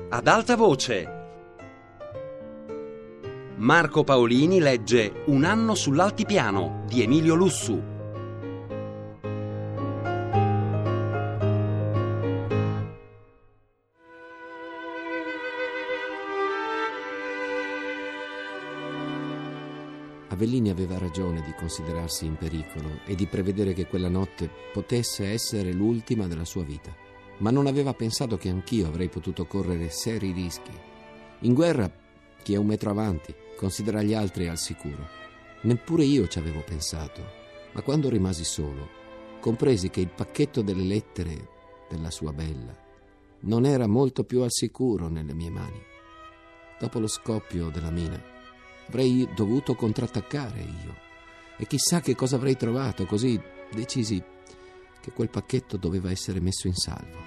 ad alta voce. Marco Paolini legge Un anno sull'altipiano di Emilio Lussu. Avellini aveva ragione di considerarsi in pericolo e di prevedere che quella notte potesse essere l'ultima della sua vita. Ma non aveva pensato che anch'io avrei potuto correre seri rischi. In guerra, chi è un metro avanti considera gli altri al sicuro. Neppure io ci avevo pensato, ma quando rimasi solo, compresi che il pacchetto delle lettere della sua bella non era molto più al sicuro nelle mie mani. Dopo lo scoppio della mina, avrei dovuto contrattaccare io, e chissà che cosa avrei trovato, così decisi che quel pacchetto doveva essere messo in salvo.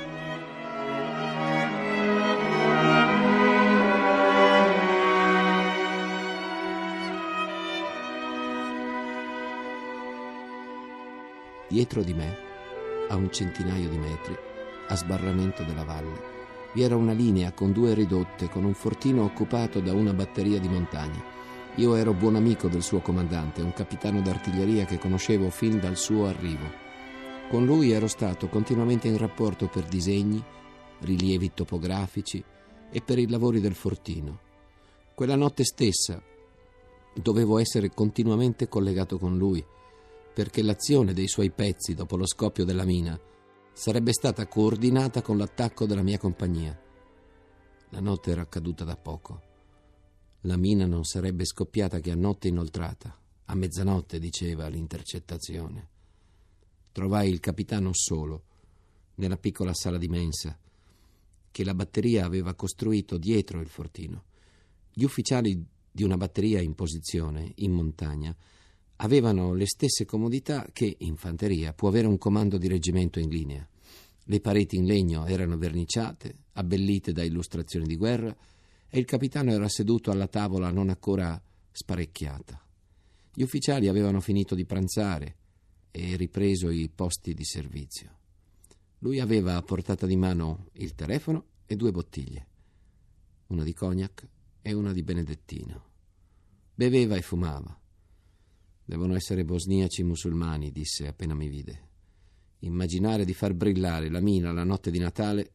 Dietro di me, a un centinaio di metri, a sbarramento della valle, vi era una linea con due ridotte, con un fortino occupato da una batteria di montagna. Io ero buon amico del suo comandante, un capitano d'artiglieria che conoscevo fin dal suo arrivo. Con lui ero stato continuamente in rapporto per disegni, rilievi topografici e per i lavori del fortino. Quella notte stessa dovevo essere continuamente collegato con lui, perché l'azione dei suoi pezzi dopo lo scoppio della mina sarebbe stata coordinata con l'attacco della mia compagnia. La notte era accaduta da poco. La mina non sarebbe scoppiata che a notte inoltrata. A mezzanotte, diceva l'intercettazione. Trovai il capitano solo, nella piccola sala di mensa, che la batteria aveva costruito dietro il fortino. Gli ufficiali di una batteria in posizione, in montagna, avevano le stesse comodità che in fanteria può avere un comando di reggimento in linea. Le pareti in legno erano verniciate, abbellite da illustrazioni di guerra, e il capitano era seduto alla tavola non ancora sparecchiata. Gli ufficiali avevano finito di pranzare e ripreso i posti di servizio. Lui aveva a portata di mano il telefono e due bottiglie, una di cognac e una di benedettino. Beveva e fumava. Devono essere bosniaci musulmani, disse appena mi vide. Immaginare di far brillare la mina la notte di Natale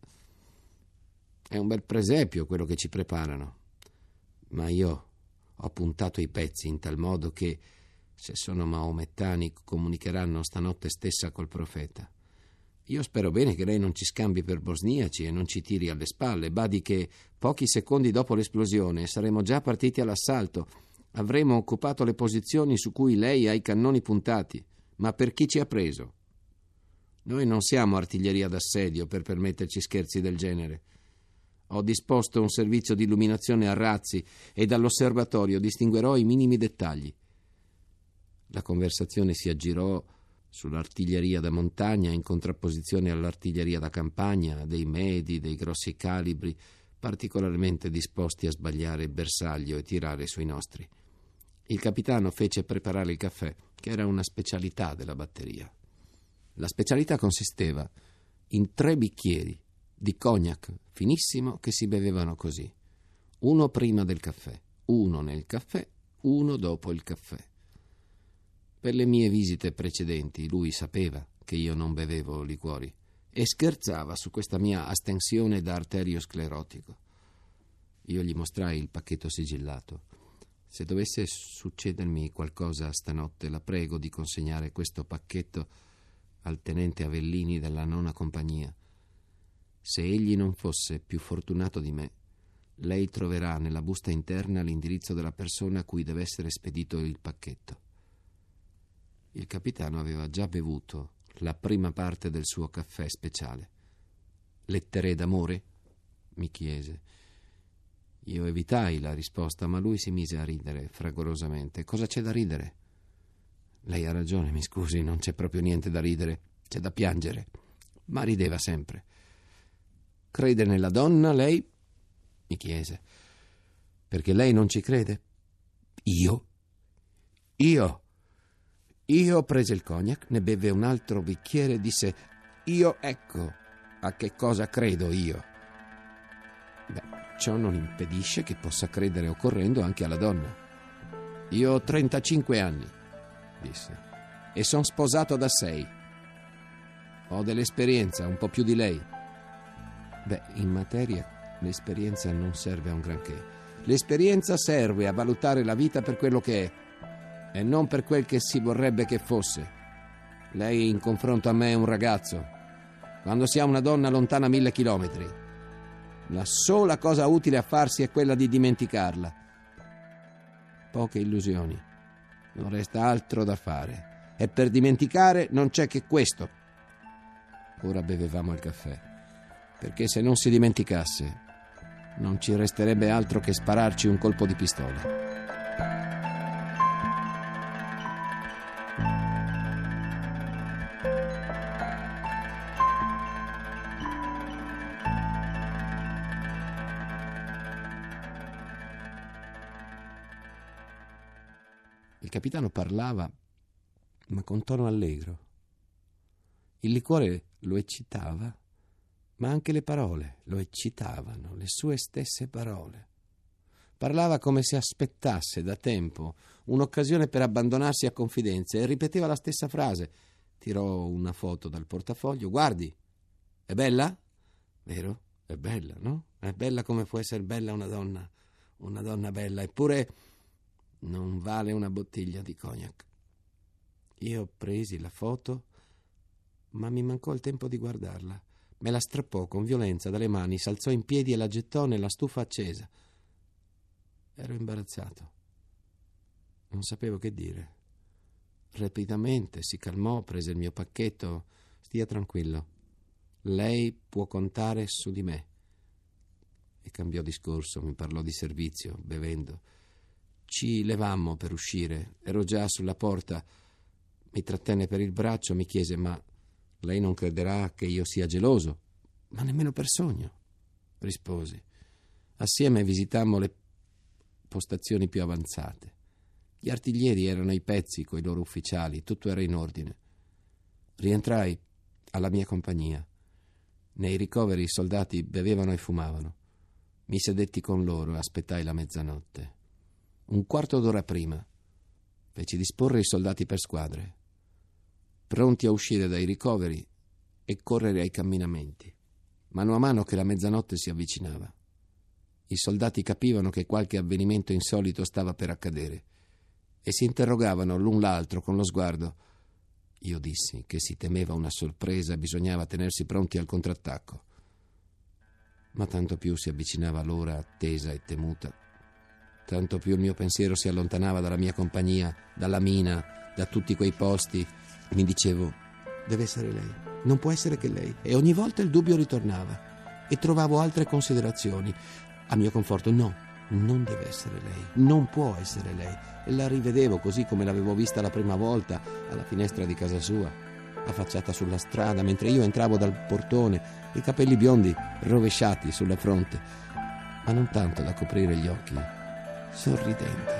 è un bel presepio quello che ci preparano. Ma io ho puntato i pezzi in tal modo che, se sono maomettani, comunicheranno stanotte stessa col profeta. Io spero bene che lei non ci scambi per bosniaci e non ci tiri alle spalle. Badi che pochi secondi dopo l'esplosione saremo già partiti all'assalto. Avremo occupato le posizioni su cui lei ha i cannoni puntati. Ma per chi ci ha preso? Noi non siamo artiglieria d'assedio per permetterci scherzi del genere. Ho disposto un servizio di illuminazione a razzi e dall'osservatorio distinguerò i minimi dettagli. La conversazione si aggirò sull'artiglieria da montagna in contrapposizione all'artiglieria da campagna, dei medi, dei grossi calibri, particolarmente disposti a sbagliare bersaglio e tirare sui nostri. Il capitano fece preparare il caffè, che era una specialità della batteria. La specialità consisteva in 3 bicchieri di cognac finissimo che si bevevano così: uno prima del caffè, uno nel caffè, uno dopo il caffè. Per le mie visite precedenti lui sapeva che io non bevevo liquori e scherzava su questa mia astensione da arteriosclerotico. Io gli mostrai il pacchetto sigillato. Se dovesse succedermi qualcosa stanotte, la prego di consegnare questo pacchetto al tenente Avellini della 9ª compagnia. Se egli non fosse più fortunato di me, lei troverà nella busta interna l'indirizzo della persona a cui deve essere spedito il pacchetto. Il capitano aveva già bevuto la prima parte del suo caffè speciale. «Lettere d'amore?» mi chiese. Io evitai la risposta, ma lui si mise a ridere fragorosamente. «Cosa c'è da ridere?» «Lei ha ragione, mi scusi, non c'è proprio niente da ridere, c'è da piangere». Ma rideva sempre. «Crede nella donna, lei?» mi chiese. «Perché lei non ci crede?» «Io?» Io prese il cognac, ne beve un altro bicchiere e disse: «Io ecco a che cosa credo io». ciò non impedisce che possa credere occorrendo anche alla donna. Io ho 35 anni, disse, e sono sposato da 6. Ho dell'esperienza, un po' più di lei. Beh, in materia l'esperienza non serve a un granché. L'esperienza serve a valutare la vita per quello che è e non per quel che si vorrebbe che fosse. Lei in confronto a me è un ragazzo, quando si ha una donna lontana 1000 chilometri. La sola cosa utile a farsi è quella di dimenticarla. Poche illusioni, non resta altro da fare, e per dimenticare non c'è che questo. Ora bevevamo il caffè, perché se non si dimenticasse non ci resterebbe altro che spararci un colpo di pistola. Il capitano parlava, ma con tono allegro. Il liquore lo eccitava, ma anche le parole lo eccitavano, le sue stesse parole. Parlava come se aspettasse da tempo un'occasione per abbandonarsi a confidenze e ripeteva la stessa frase. Tirò una foto dal portafoglio. Guardi, è bella? Vero? È bella, no? È bella come può essere bella una donna bella, eppure non vale una bottiglia di cognac. Io presi la foto, ma mi mancò il tempo di guardarla. Me la strappò con violenza dalle mani, s'alzò in piedi e la gettò nella stufa accesa. Ero imbarazzato. Non sapevo che dire. Rapidamente si calmò, prese il mio pacchetto. Stia tranquillo. Lei può contare su di me. E cambiò discorso, mi parlò di servizio, bevendo. Ci levammo per uscire. Ero già sulla porta. Mi trattenne per il braccio, mi chiese: ma lei non crederà che io sia geloso? Ma nemmeno per sogno, risposi. Assieme visitammo le postazioni più avanzate. Gli artiglieri erano ai pezzi coi loro ufficiali, tutto era in ordine. Rientrai alla mia compagnia. Nei ricoveri i soldati bevevano e fumavano. Mi sedetti con loro e aspettai la mezzanotte. Un quarto d'ora prima feci disporre i soldati per squadre, pronti a uscire dai ricoveri e correre ai camminamenti, mano a mano che la mezzanotte si avvicinava. I soldati capivano che qualche avvenimento insolito stava per accadere e si interrogavano l'un l'altro con lo sguardo. Io dissi che si temeva una sorpresa e bisognava tenersi pronti al contrattacco. Ma tanto più si avvicinava l'ora attesa e temuta, tanto più il mio pensiero si allontanava dalla mia compagnia, dalla mina, da tutti quei posti. Mi dicevo: deve essere lei, non può essere che lei. E ogni volta il dubbio ritornava e trovavo altre considerazioni. A mio conforto: no, non deve essere lei, non può essere lei. E la rivedevo così come l'avevo vista la prima volta alla finestra di casa sua, affacciata sulla strada, mentre io entravo dal portone, i capelli biondi rovesciati sulla fronte, ma non tanto da coprire gli occhi, sorridente.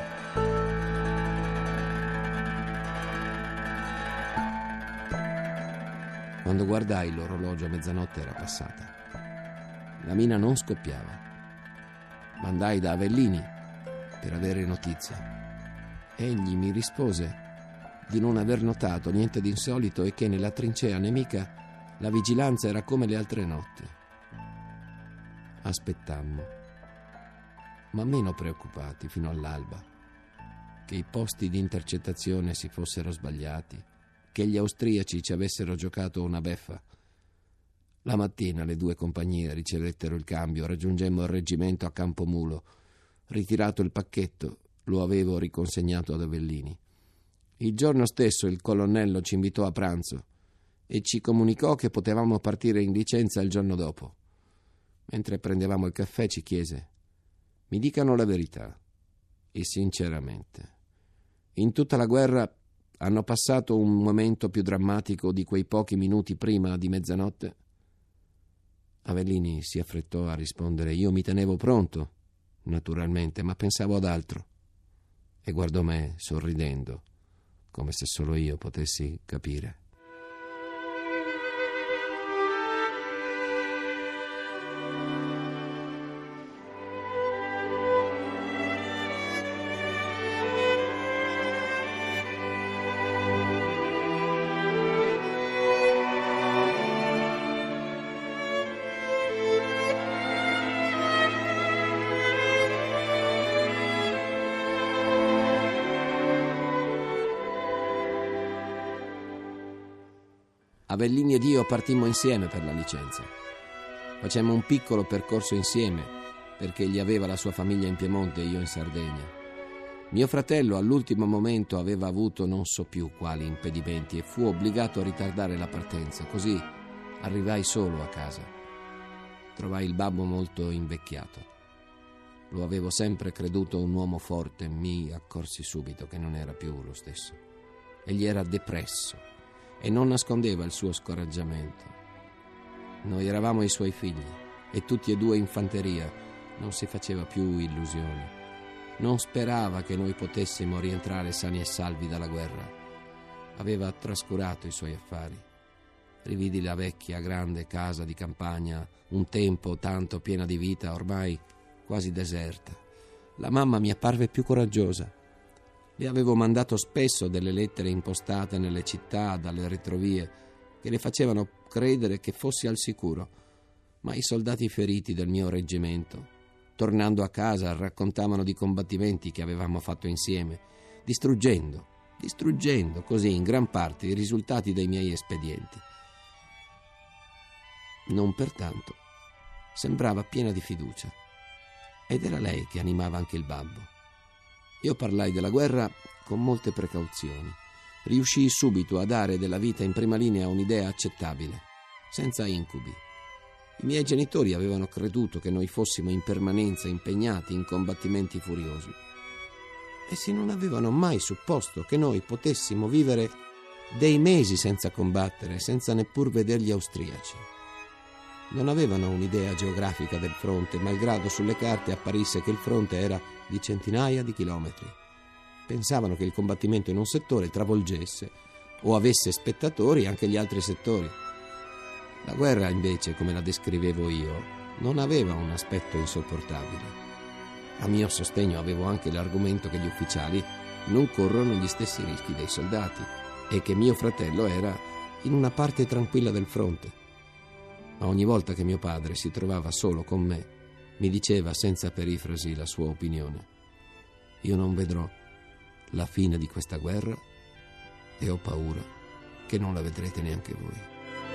Quando guardai l'orologio a mezzanotte era passata. La mina non scoppiava. Mandai da Avellini per avere notizie. Egli mi rispose di non aver notato niente di insolito e che nella trincea nemica la vigilanza era come le altre notti. Aspettammo, ma meno preoccupati fino all'alba, che i posti di intercettazione si fossero sbagliati, che gli austriaci ci avessero giocato una beffa. La mattina le due compagnie ricevettero il cambio, raggiungemmo il reggimento a Campomulo. Ritirato il pacchetto, lo avevo riconsegnato ad Avellini. Il giorno stesso il colonnello ci invitò a pranzo e ci comunicò che potevamo partire in licenza il giorno dopo. Mentre prendevamo il caffè ci chiese: mi dicano la verità e sinceramente. In tutta la guerra hanno passato un momento più drammatico di quei pochi minuti prima di mezzanotte? Avellini si affrettò a rispondere: io mi tenevo pronto, naturalmente, ma pensavo ad altro. E guardò me sorridendo, come se solo io potessi capire. Avellini ed io partimmo insieme per la licenza. Facemmo un piccolo percorso insieme, perché egli aveva la sua famiglia in Piemonte e io in Sardegna. Mio fratello all'ultimo momento aveva avuto non so più quali impedimenti e fu obbligato a ritardare la partenza, così arrivai solo a casa. Trovai il babbo molto invecchiato. Lo avevo sempre creduto un uomo forte, mi accorsi subito che non era più lo stesso. Egli era depresso e non nascondeva il suo scoraggiamento. Noi eravamo i suoi figli e tutti e due in fanteria, non si faceva più illusioni. Non sperava che noi potessimo rientrare sani e salvi dalla guerra. Aveva trascurato i suoi affari. Rividi la vecchia grande casa di campagna, un tempo tanto piena di vita, ormai quasi deserta. La mamma mi apparve più coraggiosa. Le avevo mandato spesso delle lettere impostate nelle città, dalle retrovie, che le facevano credere che fossi al sicuro. Ma i soldati feriti del mio reggimento, tornando a casa, raccontavano di combattimenti che avevamo fatto insieme, distruggendo così in gran parte i risultati dei miei espedienti. Non pertanto sembrava piena di fiducia, ed era lei che animava anche il babbo. Io parlai della guerra con molte precauzioni. Riuscii subito a dare della vita in prima linea un'idea accettabile, senza incubi. I miei genitori avevano creduto che noi fossimo in permanenza impegnati in combattimenti furiosi. Essi non avevano mai supposto che noi potessimo vivere dei mesi senza combattere, senza neppur vedere gli austriaci. Non avevano un'idea geografica del fronte, malgrado sulle carte apparisse che il fronte era di centinaia di chilometri. Pensavano che il combattimento in un settore travolgesse o avesse spettatori anche gli altri settori. La guerra, invece, come la descrivevo io, non aveva un aspetto insopportabile. A mio sostegno avevo anche l'argomento che gli ufficiali non corrono gli stessi rischi dei soldati e che mio fratello era in una parte tranquilla del fronte. Ma ogni volta che mio padre si trovava solo con me, mi diceva senza perifrasi la sua opinione. Io non vedrò la fine di questa guerra e ho paura che non la vedrete neanche voi.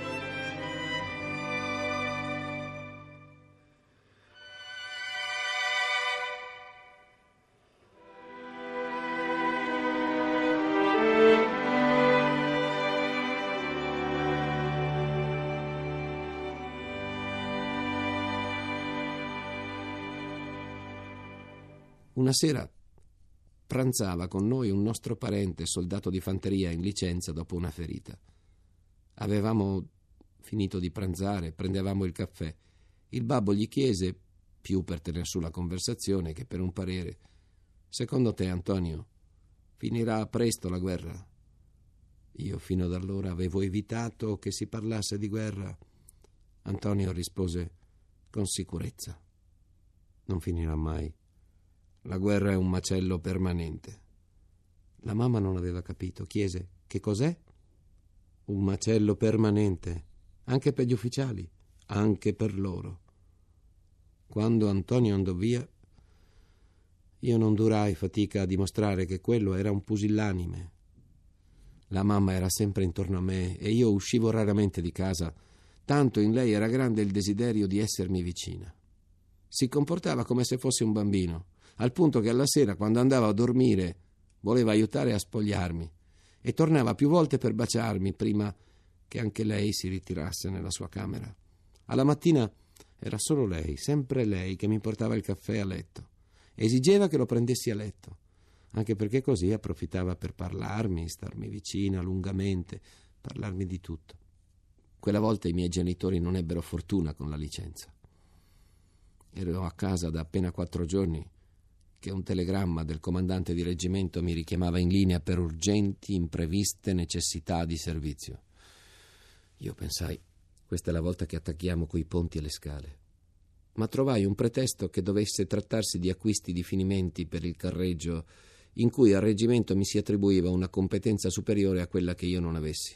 Una sera pranzava con noi un nostro parente, soldato di fanteria in licenza dopo una ferita. Avevamo finito di pranzare, prendevamo il caffè. Il babbo gli chiese, più per tener su la conversazione che per un parere: «Secondo te, Antonio, finirà presto la guerra?» Io fino ad allora avevo evitato che si parlasse di guerra. Antonio rispose: «Con sicurezza. Non finirà mai. La guerra è un macello permanente». La mamma non aveva capito, chiese: «Che cos'è?» «Un macello permanente, anche per gli ufficiali, anche per loro». Quando Antonio andò via, io non durai fatica a dimostrare che quello era un pusillanime. La mamma era sempre intorno a me e io uscivo raramente di casa, tanto in lei era grande il desiderio di essermi vicina. Si comportava come se fosse un bambino, al punto che alla sera, quando andavo a dormire, voleva aiutare a spogliarmi e tornava più volte per baciarmi prima che anche lei si ritirasse nella sua camera. Alla mattina era solo lei, sempre lei, che mi portava il caffè a letto. Esigeva che lo prendessi a letto, anche perché così approfittava per parlarmi, starmi vicina lungamente, parlarmi di tutto. Quella volta i miei genitori non ebbero fortuna con la licenza. Ero a casa da appena 4 giorni che un telegramma del comandante di reggimento mi richiamava in linea per urgenti, impreviste necessità di servizio. Io pensai: questa è la volta che attacchiamo coi ponti e le scale. Ma trovai un pretesto che dovesse trattarsi di acquisti di finimenti per il carreggio, in cui al reggimento mi si attribuiva una competenza superiore a quella che io non avessi.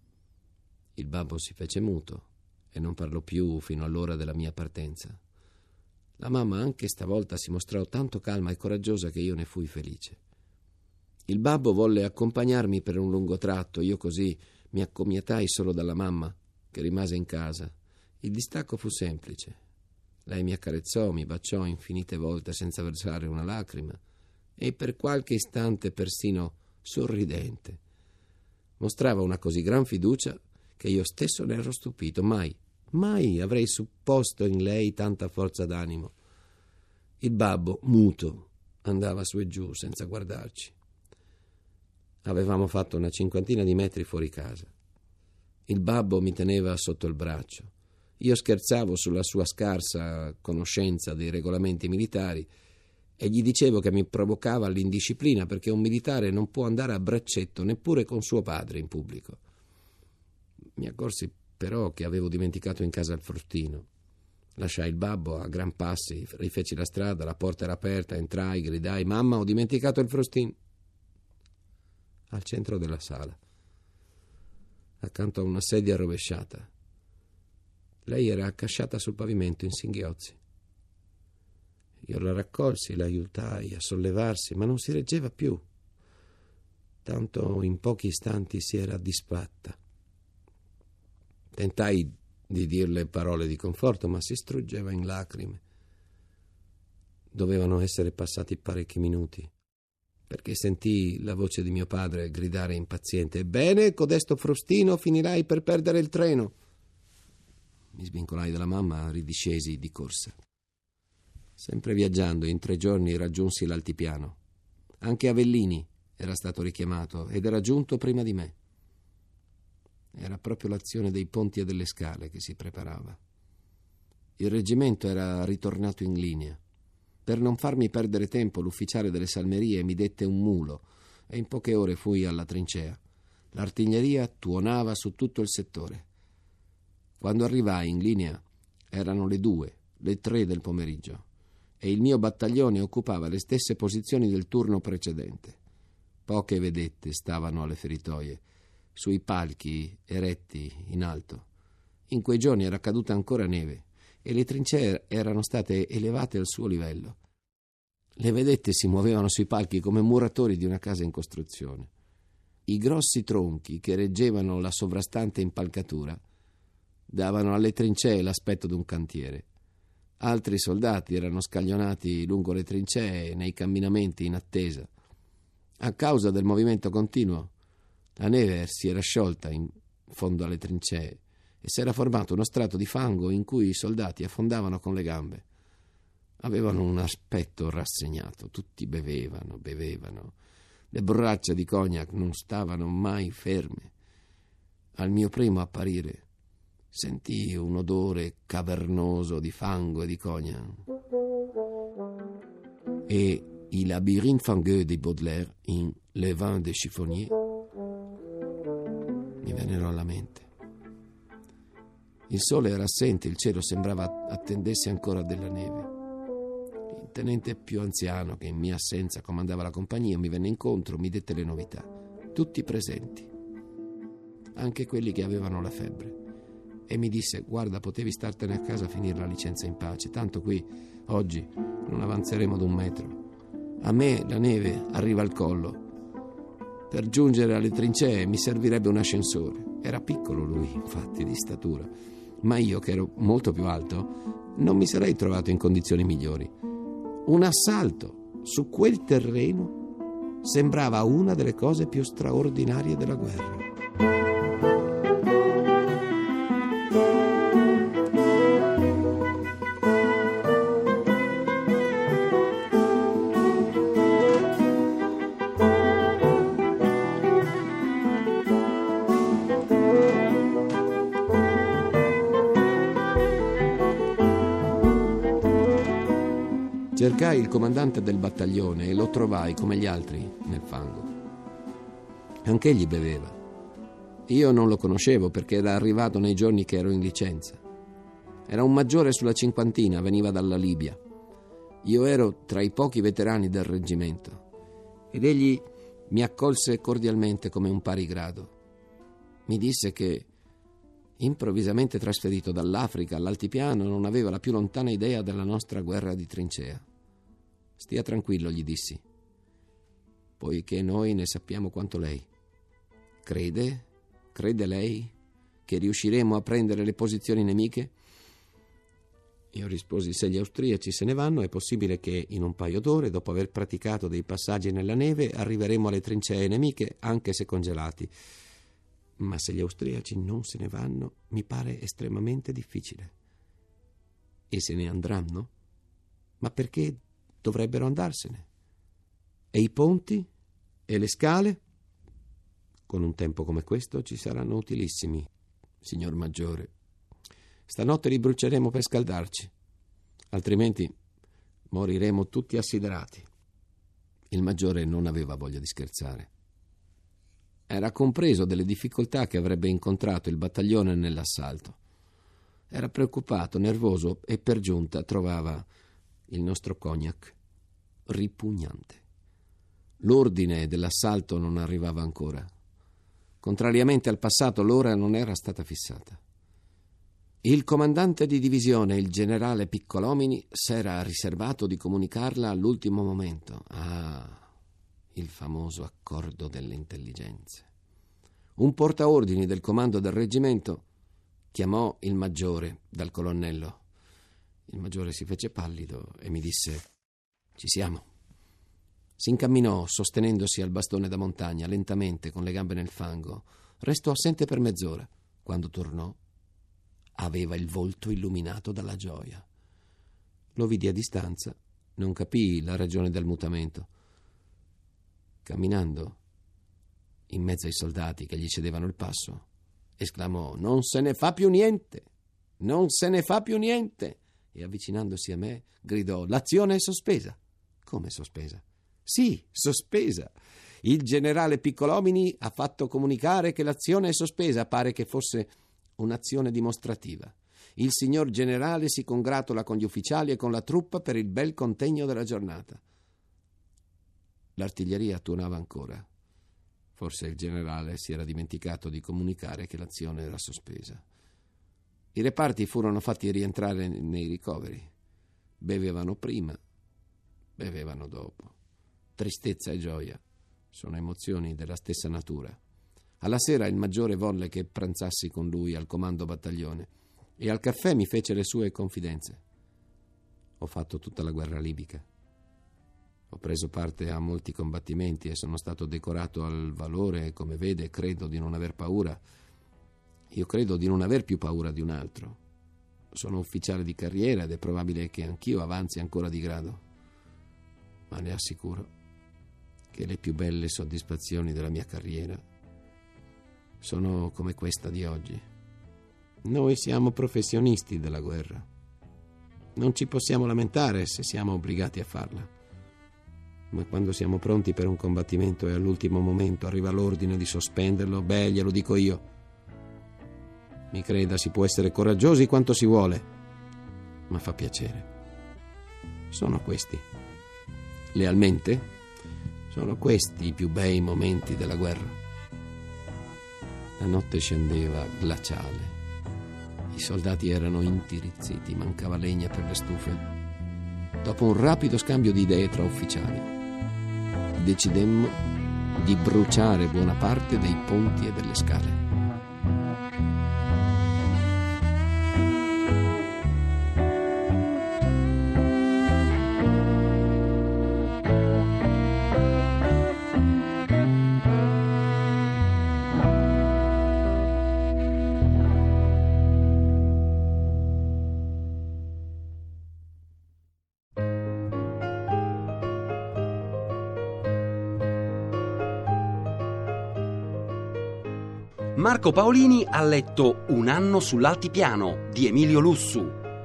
Il babbo si fece muto e non parlò più fino all'ora della mia partenza. La mamma anche stavolta si mostrò tanto calma e coraggiosa che io ne fui felice. Il babbo volle accompagnarmi per un lungo tratto, io così Mi accomiatai solo dalla mamma, che rimase in casa. Il distacco fu semplice. Lei mi accarezzò, mi baciò infinite volte senza versare una lacrima e per qualche istante persino sorridente. Mostrava una così gran fiducia che io stesso ne ero stupito. Mai avrei supposto in lei tanta forza d'animo. Il babbo, muto, andava su e giù senza guardarci. Avevamo fatto una 50 di metri fuori casa. Il babbo mi teneva sotto il braccio. Io scherzavo sulla sua scarsa conoscenza dei regolamenti militari e gli dicevo che mi provocava l'indisciplina perché un militare non può andare a braccetto neppure con suo padre in pubblico. Mi accorsi però che avevo dimenticato in casa il frustino. Lasciai il babbo a gran passi, rifeci la strada, la porta era aperta, entrai, gridai: «Mamma, ho dimenticato il frustino!» Al centro della sala, accanto a una sedia rovesciata. Lei era accasciata sul pavimento in singhiozzi. Io la raccolsi, la aiutai a sollevarsi, ma non si reggeva più. Tanto in pochi istanti si era disfatta. Tentai di dirle parole di conforto, ma si struggeva in lacrime. Dovevano essere passati parecchi minuti, perché sentii la voce di mio padre gridare impaziente: «Ebbene, codesto frustino finirai per perdere il treno!» Mi svincolai dalla mamma, ridiscesi di corsa. Sempre viaggiando, in 3 giorni raggiunsi l'altipiano. Anche Avellini era stato richiamato ed era giunto prima di me. Era proprio l'azione dei ponti e delle scale che si preparava. Il reggimento era ritornato in linea. Per non farmi perdere tempo, l'ufficiale delle salmerie mi dette un mulo e in poche ore fui alla trincea. L'artiglieria tuonava su tutto il settore. Quando arrivai in linea erano le 2, le 3 del pomeriggio e il mio battaglione occupava le stesse posizioni del turno precedente. Poche vedette stavano alle feritoie, sui palchi eretti in alto. In quei giorni era caduta ancora neve e le trincee erano state elevate al suo livello. Le vedette si muovevano sui palchi come muratori di una casa in costruzione. I grossi tronchi che reggevano la sovrastante impalcatura davano alle trincee l'aspetto di un cantiere. Altri soldati erano scaglionati lungo le trincee nei camminamenti in attesa. A causa del movimento continuo, la neve si era sciolta in fondo alle trincee e si era formato uno strato di fango in cui i soldati affondavano con le gambe. Avevano un aspetto rassegnato, tutti bevevano. Le borracce di cognac non stavano mai ferme. Al mio primo apparire sentii un odore cavernoso di fango e di cognac. E i labyrinthes fangueux di Baudelaire in Le vin des chiffonniers mi vennero alla mente. Il sole era assente, il cielo sembrava attendesse ancora della neve. Il tenente più anziano, che in mia assenza comandava la compagnia, mi venne incontro, mi dette le novità. Tutti presenti, anche quelli che avevano la febbre. E mi disse: «Guarda, potevi startene a casa a finire la licenza in pace, tanto qui oggi non avanzeremo d'1 metro. A me la neve arriva al collo. Per giungere alle trincee mi servirebbe un ascensore». Era piccolo lui, infatti, di statura, ma io, che ero molto più alto, non mi sarei trovato in condizioni migliori. Un assalto su quel terreno sembrava una delle cose più straordinarie della guerra. Cercai il comandante del battaglione e lo trovai come gli altri nel fango. Anch'egli beveva. Io non lo conoscevo perché era arrivato nei giorni che ero in licenza. Era un maggiore sulla 50, veniva dalla Libia. Io ero tra i pochi veterani del reggimento ed egli mi accolse cordialmente come un pari grado. Mi disse che, improvvisamente trasferito dall'Africa all'altipiano, non aveva la più lontana idea della nostra guerra di trincea. «Stia tranquillo», gli dissi, «poiché noi ne sappiamo quanto lei. Crede crede lei che riusciremo a prendere le posizioni nemiche? Io risposi: se gli austriaci se ne vanno, è possibile che in un paio d'ore, dopo aver praticato dei passaggi nella neve, arriveremo alle trincee nemiche, anche se congelati. Ma se gli austriaci non se ne vanno, mi pare estremamente difficile. E se ne andranno? Ma perché dovrebbero andarsene? E i ponti? E le scale? Con un tempo come questo ci saranno utilissimi, signor Maggiore. Stanotte li bruceremo per scaldarci, altrimenti moriremo tutti assiderati. Il Maggiore non aveva voglia di scherzare. Era compreso delle difficoltà che avrebbe incontrato il battaglione nell'assalto. Era preoccupato, nervoso e per giunta trovava il nostro cognac ripugnante. L'ordine dell'assalto non arrivava ancora. Contrariamente al passato, l'ora non era stata fissata. Il comandante di divisione, il generale Piccolomini, s'era riservato di comunicarla all'ultimo momento. Il famoso accordo delle intelligenze. Un portaordini del comando del reggimento chiamò il maggiore dal colonnello. Il maggiore si fece pallido e mi disse: ci siamo. Si incamminò sostenendosi al bastone da montagna, lentamente, con le gambe nel fango. Restò assente per mezz'ora. Quando tornò, aveva il volto illuminato dalla gioia. Lo vidi a distanza, non capii la ragione del mutamento. Camminando, in mezzo ai soldati che gli cedevano il passo, esclamò: non se ne fa più niente! Non se ne fa più niente! E avvicinandosi a me, gridò: l'azione è sospesa. Come sospesa? Sì, sospesa. Il generale Piccolomini ha fatto comunicare che l'azione è sospesa. Pare che fosse un'azione dimostrativa. Il signor generale si congratula con gli ufficiali e con la truppa per il bel contegno della giornata. L'artiglieria tuonava ancora. Forse il generale si era dimenticato di comunicare che l'azione era sospesa. I reparti furono fatti rientrare nei ricoveri. Bevevano prima, bevevano dopo. Tristezza e gioia sono emozioni della stessa natura. Alla sera il maggiore volle che pranzassi con lui al comando battaglione e al caffè mi fece le sue confidenze. Ho fatto tutta la guerra libica. Ho preso parte a molti combattimenti e sono stato decorato al valore e, come vede, credo di non aver paura. Io credo di non aver più paura di un altro. Sono ufficiale di carriera ed è probabile che anch'io avanzi ancora di grado. Ma le assicuro che le più belle soddisfazioni della mia carriera sono come questa di oggi. Noi siamo professionisti della guerra. Non ci possiamo lamentare se siamo obbligati a farla. Ma quando siamo pronti per un combattimento e all'ultimo momento arriva l'ordine di sospenderlo, glielo dico io. Mi creda, si può essere coraggiosi quanto si vuole, ma fa piacere. Sono questi. Lealmente, sono questi i più bei momenti della guerra. La notte scendeva glaciale. I soldati erano intirizziti, mancava legna per le stufe. Dopo un rapido scambio di idee tra ufficiali, decidemmo di bruciare buona parte dei ponti e delle scale. Marco Paolini ha letto Un anno sull'altipiano di Emilio Lussu.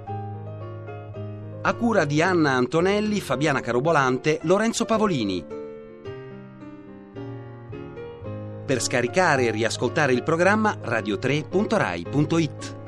A cura di Anna Antonelli, Fabiana Carobolante, Lorenzo Pavolini. Per scaricare e riascoltare il programma radio3.rai.it.